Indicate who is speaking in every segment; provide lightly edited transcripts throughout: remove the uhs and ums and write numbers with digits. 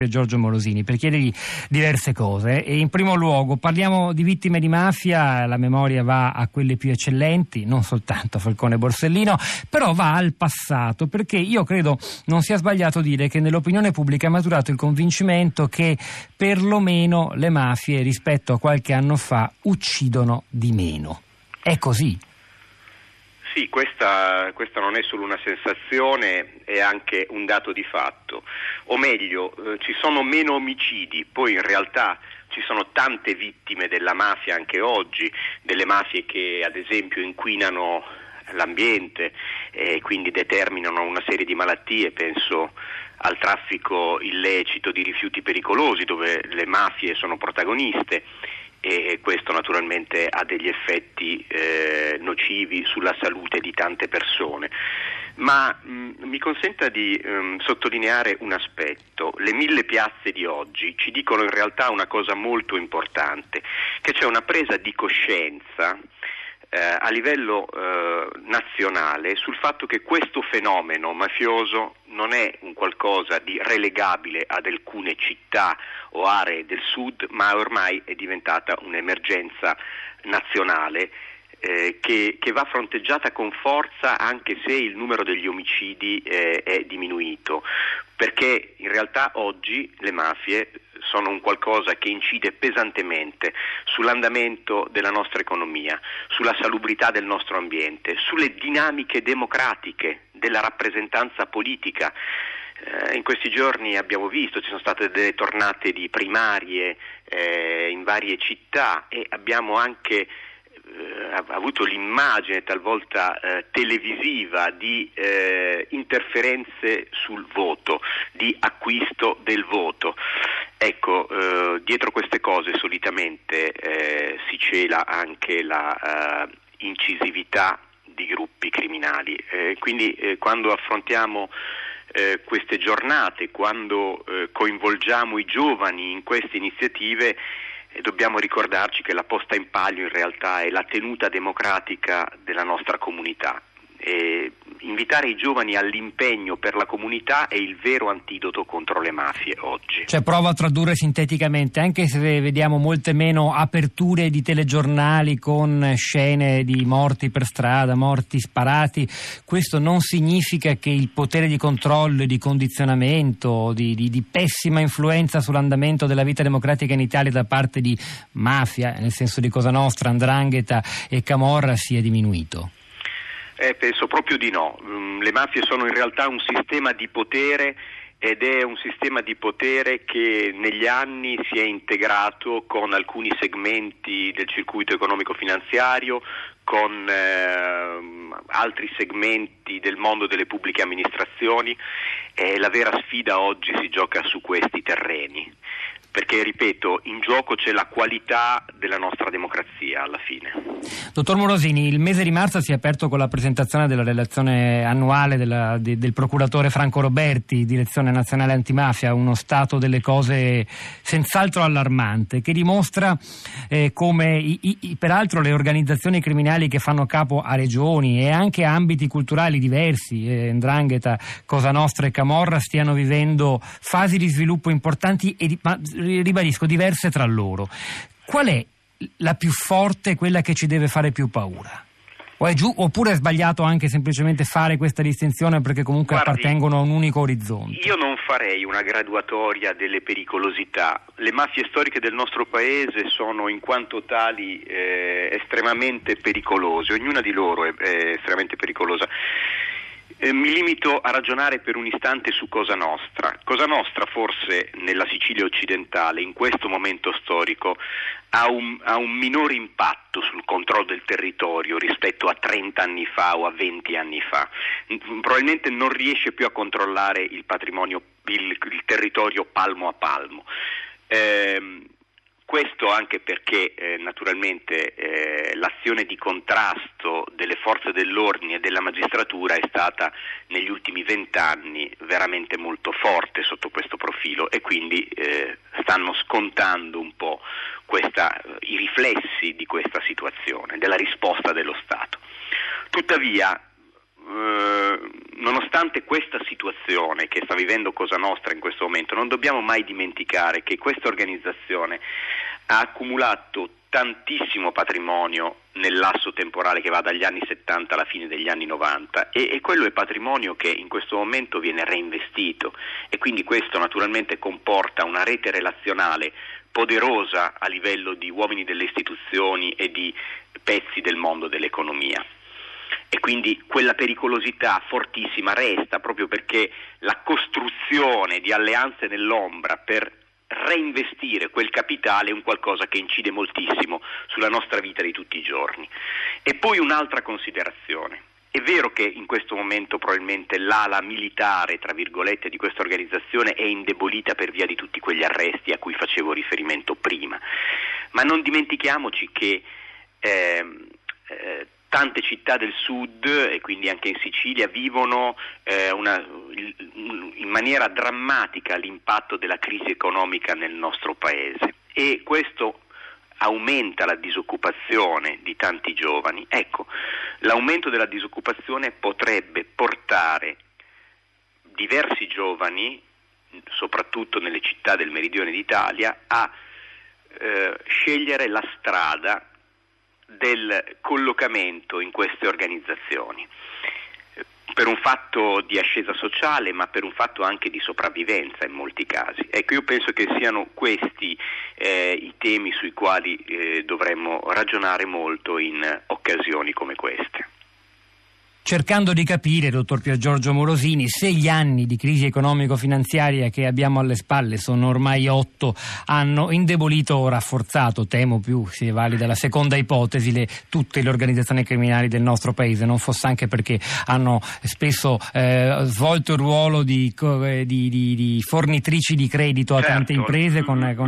Speaker 1: Giorgio Morosini per chiedergli diverse cose. E in primo luogo parliamo di vittime di mafia, la memoria va a quelle più eccellenti, non soltanto Falcone e Borsellino, però va al passato, perché io credo non sia sbagliato dire che nell'opinione pubblica è maturato il convincimento che perlomeno le mafie rispetto a qualche anno fa uccidono di meno. È così?
Speaker 2: Sì, questa non è solo una sensazione, è anche un dato di fatto. O meglio, ci sono meno omicidi, poi in realtà ci sono tante vittime della mafia anche oggi, delle mafie che ad esempio inquinano l'ambiente e quindi determinano una serie di malattie, penso al traffico illecito di rifiuti pericolosi dove le mafie sono protagoniste. E questo naturalmente ha degli effetti nocivi sulla salute di tante persone. Ma mi consenta di sottolineare un aspetto. Le 1000 piazze di oggi ci dicono in realtà una cosa molto importante, che c'è una presa di coscienza a livello nazionale sul fatto che questo fenomeno mafioso non è un qualcosa di relegabile ad alcune città o aree del sud, ma ormai è diventata un'emergenza nazionale che va fronteggiata con forza anche se il numero degli omicidi è diminuito, perché in realtà oggi le mafie sono un qualcosa che incide pesantemente sull'andamento della nostra economia, sulla salubrità del nostro ambiente, sulle dinamiche democratiche della rappresentanza politica. In questi giorni abbiamo visto, ci sono state delle tornate di primarie in varie città e abbiamo anche avuto l'immagine talvolta televisiva di interferenze sul voto, di acquisto del voto. Ecco, dietro queste cose solitamente si cela anche la incisività di gruppi criminali. Quindi quando affrontiamo queste giornate, quando coinvolgiamo i giovani in queste iniziative, dobbiamo ricordarci che la posta in palio in realtà è la tenuta democratica della nostra comunità. E invitare i giovani all'impegno per la comunità è il vero antidoto contro le mafie oggi.
Speaker 1: Cioè, provo a tradurre sinteticamente, anche se vediamo molte meno aperture di telegiornali con scene di morti per strada, morti sparati, questo non significa che il potere di controllo e di condizionamento, di pessima influenza sull'andamento della vita democratica in Italia da parte di mafia, nel senso di Cosa Nostra, 'ndrangheta e camorra, sia diminuito?
Speaker 2: Penso proprio di no. Le mafie sono in realtà un sistema di potere ed è un sistema di potere che negli anni si è integrato con alcuni segmenti del circuito economico-finanziario, con altri segmenti del mondo delle pubbliche amministrazioni. La vera sfida oggi si gioca su questi terreni. Perché, ripeto, in gioco c'è la qualità della nostra democrazia alla fine.
Speaker 1: Dottor Morosini, il mese di marzo si è aperto con la presentazione della relazione annuale del procuratore Franco Roberti, Direzione Nazionale Antimafia, uno stato delle cose senz'altro allarmante, che dimostra come peraltro le organizzazioni criminali che fanno capo a regioni e anche a ambiti culturali diversi, 'ndrangheta, Cosa Nostra e camorra, stiano vivendo fasi di sviluppo importanti e ribadisco diverse tra loro. Qual è la più forte, quella che ci deve fare più paura? Oppure è sbagliato anche semplicemente fare questa distinzione perché comunque appartengono a un unico orizzonte? Io
Speaker 2: non farei una graduatoria delle pericolosità. Le mafie storiche del nostro paese sono in quanto tali estremamente pericolose, ognuna di loro è estremamente pericolosa. Mi limito a ragionare per un istante su Cosa Nostra. Cosa Nostra forse nella Sicilia occidentale in questo momento storico ha un minore impatto sul controllo del territorio rispetto a 30 anni fa o a 20 anni fa. Probabilmente non riesce più a controllare il patrimonio, il territorio palmo a palmo. Questo anche perché naturalmente l'azione di contrasto delle forze dell'ordine e della magistratura è stata negli ultimi 20 anni veramente molto forte sotto questo profilo e quindi stanno scontando un po' i riflessi di questa situazione, della risposta dello Stato. Tuttavia nonostante questa situazione che sta vivendo Cosa Nostra in questo momento, non dobbiamo mai dimenticare che questa organizzazione ha accumulato tantissimo patrimonio nel lasso temporale che va dagli anni 70 alla fine degli anni 90 e quello è patrimonio che in questo momento viene reinvestito, e quindi questo naturalmente comporta una rete relazionale poderosa a livello di uomini delle istituzioni e di pezzi del mondo dell'economia. E quindi quella pericolosità fortissima resta, proprio perché la costruzione di alleanze nell'ombra per reinvestire quel capitale è un qualcosa che incide moltissimo sulla nostra vita di tutti i giorni. E poi un'altra considerazione: è vero che in questo momento probabilmente l'ala militare, tra virgolette, di questa organizzazione è indebolita per via di tutti quegli arresti a cui facevo riferimento prima, ma non dimentichiamoci che tante città del sud, e quindi anche in Sicilia, vivono in maniera drammatica l'impatto della crisi economica nel nostro paese, e questo aumenta la disoccupazione di tanti giovani. Ecco, l'aumento della disoccupazione potrebbe portare diversi giovani, soprattutto nelle città del meridione d'Italia, a scegliere la strada del collocamento in queste organizzazioni, per un fatto di ascesa sociale, ma per un fatto anche di sopravvivenza in molti casi. Ecco, io penso che siano questi i temi sui quali dovremmo ragionare molto in occasioni come queste.
Speaker 1: Cercando di capire, dottor Piergiorgio Morosini, se gli anni di crisi economico-finanziaria che abbiamo alle spalle, sono ormai 8, hanno indebolito o rafforzato, temo più sia valida la seconda ipotesi, tutte le organizzazioni criminali del nostro paese, non fosse anche perché hanno spesso svolto il ruolo di fornitrici di credito a tante imprese.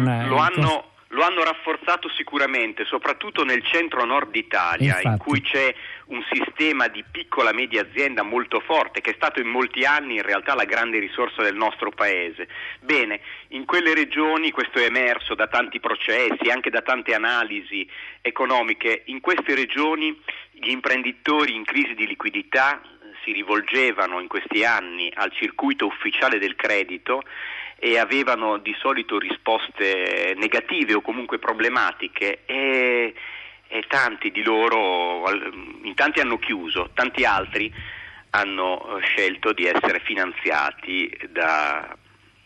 Speaker 2: Lo hanno rafforzato sicuramente, soprattutto nel centro-nord Italia. Infatti, in cui c'è un sistema di piccola media azienda molto forte, che è stato in molti anni in realtà la grande risorsa del nostro paese. Bene, in quelle regioni, questo è emerso da tanti processi, anche da tante analisi economiche, in queste regioni gli imprenditori in crisi di liquidità si rivolgevano in questi anni al circuito ufficiale del credito e avevano di solito risposte negative o comunque problematiche, e tanti di loro, in tanti hanno chiuso, tanti altri hanno scelto di essere finanziati da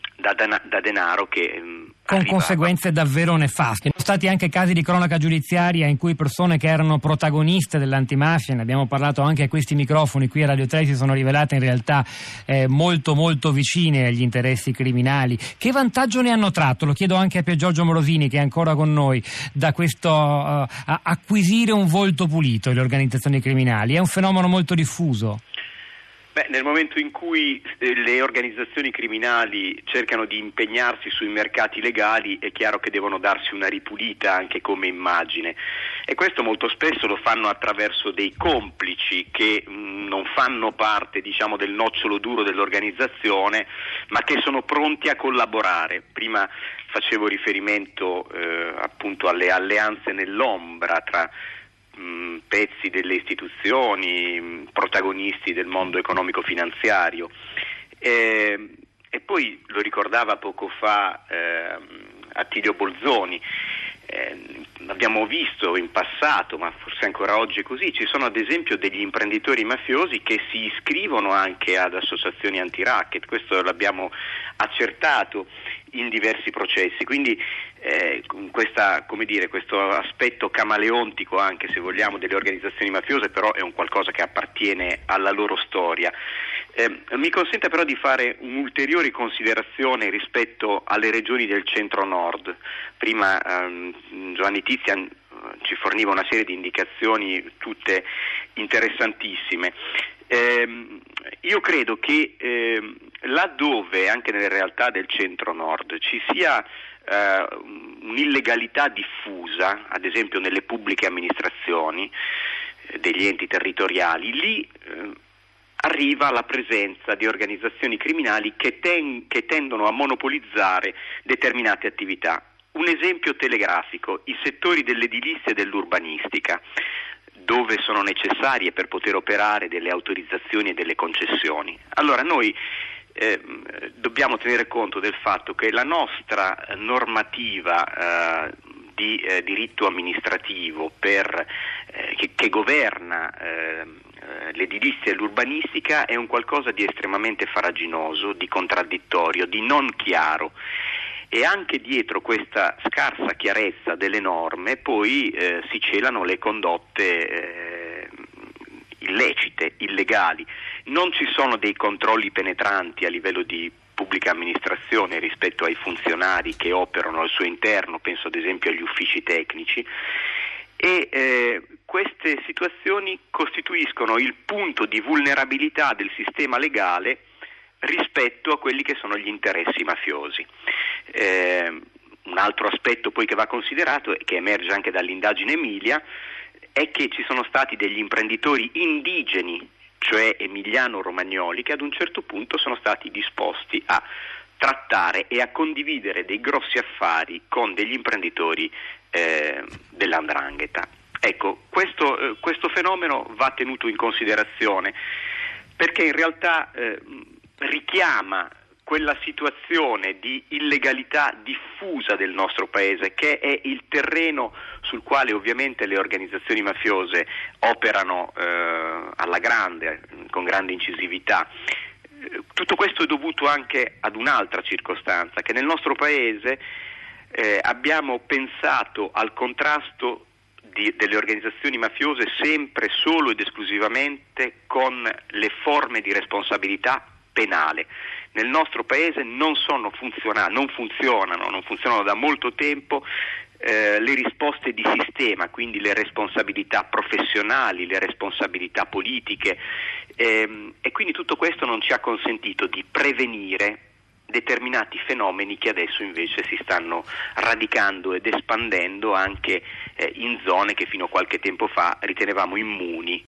Speaker 2: denaro che
Speaker 1: con conseguenze davvero nefaste. Sono stati anche casi di cronaca giudiziaria in cui persone che erano protagoniste dell'antimafia, ne abbiamo parlato anche a questi microfoni qui a Radio 3, si sono rivelate in realtà molto molto vicine agli interessi criminali. Che vantaggio ne hanno tratto? Lo chiedo anche a Piergiorgio Morosini, che è ancora con noi, da questo acquisire un volto pulito le organizzazioni criminali. È un fenomeno molto diffuso.
Speaker 2: Nel momento in cui le organizzazioni criminali cercano di impegnarsi sui mercati legali, è chiaro che devono darsi una ripulita anche come immagine, e questo molto spesso lo fanno attraverso dei complici che non fanno parte, diciamo, del nocciolo duro dell'organizzazione, ma che sono pronti a collaborare. Prima facevo riferimento appunto alle alleanze nell'ombra tra pezzi delle istituzioni, protagonisti del mondo economico-finanziario, e poi lo ricordava poco fa Attilio Bolzoni. Abbiamo visto in passato, ma forse ancora oggi è così, ci sono ad esempio degli imprenditori mafiosi che si iscrivono anche ad associazioni anti-racket. Questo l'abbiamo accertato in diversi processi, quindi questo aspetto camaleontico, anche se vogliamo, delle organizzazioni mafiose, però è un qualcosa che appartiene alla loro storia. Mi consente però di fare un'ulteriore considerazione rispetto alle regioni del centro-nord. Prima Giovanni Tizian ci forniva una serie di indicazioni tutte interessantissime. Io credo che laddove anche nelle realtà del centro-nord ci sia un'illegalità diffusa, ad esempio nelle pubbliche amministrazioni degli enti territoriali, lì arriva la presenza di organizzazioni criminali che tendono a monopolizzare determinate attività. Un esempio telegrafico: i settori dell'edilizia e dell'urbanistica, dove sono necessarie per poter operare delle autorizzazioni e delle concessioni. Allora noi dobbiamo tenere conto del fatto che la nostra normativa di diritto amministrativo che governa l'edilizia e l'urbanistica è un qualcosa di estremamente farraginoso, di contraddittorio, di non chiaro. E anche dietro questa scarsa chiarezza delle norme poi si celano le condotte illecite, illegali. Non ci sono dei controlli penetranti a livello di pubblica amministrazione rispetto ai funzionari che operano al suo interno, penso ad esempio agli uffici tecnici, e queste situazioni costituiscono il punto di vulnerabilità del sistema legale rispetto a quelli che sono gli interessi mafiosi. Un altro aspetto poi che va considerato e che emerge anche dall'indagine Emilia è che ci sono stati degli imprenditori indigeni, cioè emiliano-romagnoli, che ad un certo punto sono stati disposti a trattare e a condividere dei grossi affari con degli imprenditori dell''ndrangheta. Ecco, questo fenomeno va tenuto in considerazione perché in realtà richiama quella situazione di illegalità diffusa del nostro paese, che è il terreno sul quale ovviamente le organizzazioni mafiose operano alla grande, con grande incisività. Tutto questo è dovuto anche ad un'altra circostanza, che nel nostro paese abbiamo pensato al contrasto delle organizzazioni mafiose sempre, solo ed esclusivamente con le forme di responsabilità penale. Nel nostro paese non funzionano da molto tempo le risposte di sistema, quindi le responsabilità professionali, le responsabilità politiche, e quindi tutto questo non ci ha consentito di prevenire determinati fenomeni che adesso invece si stanno radicando ed espandendo anche in zone che fino a qualche tempo fa ritenevamo immuni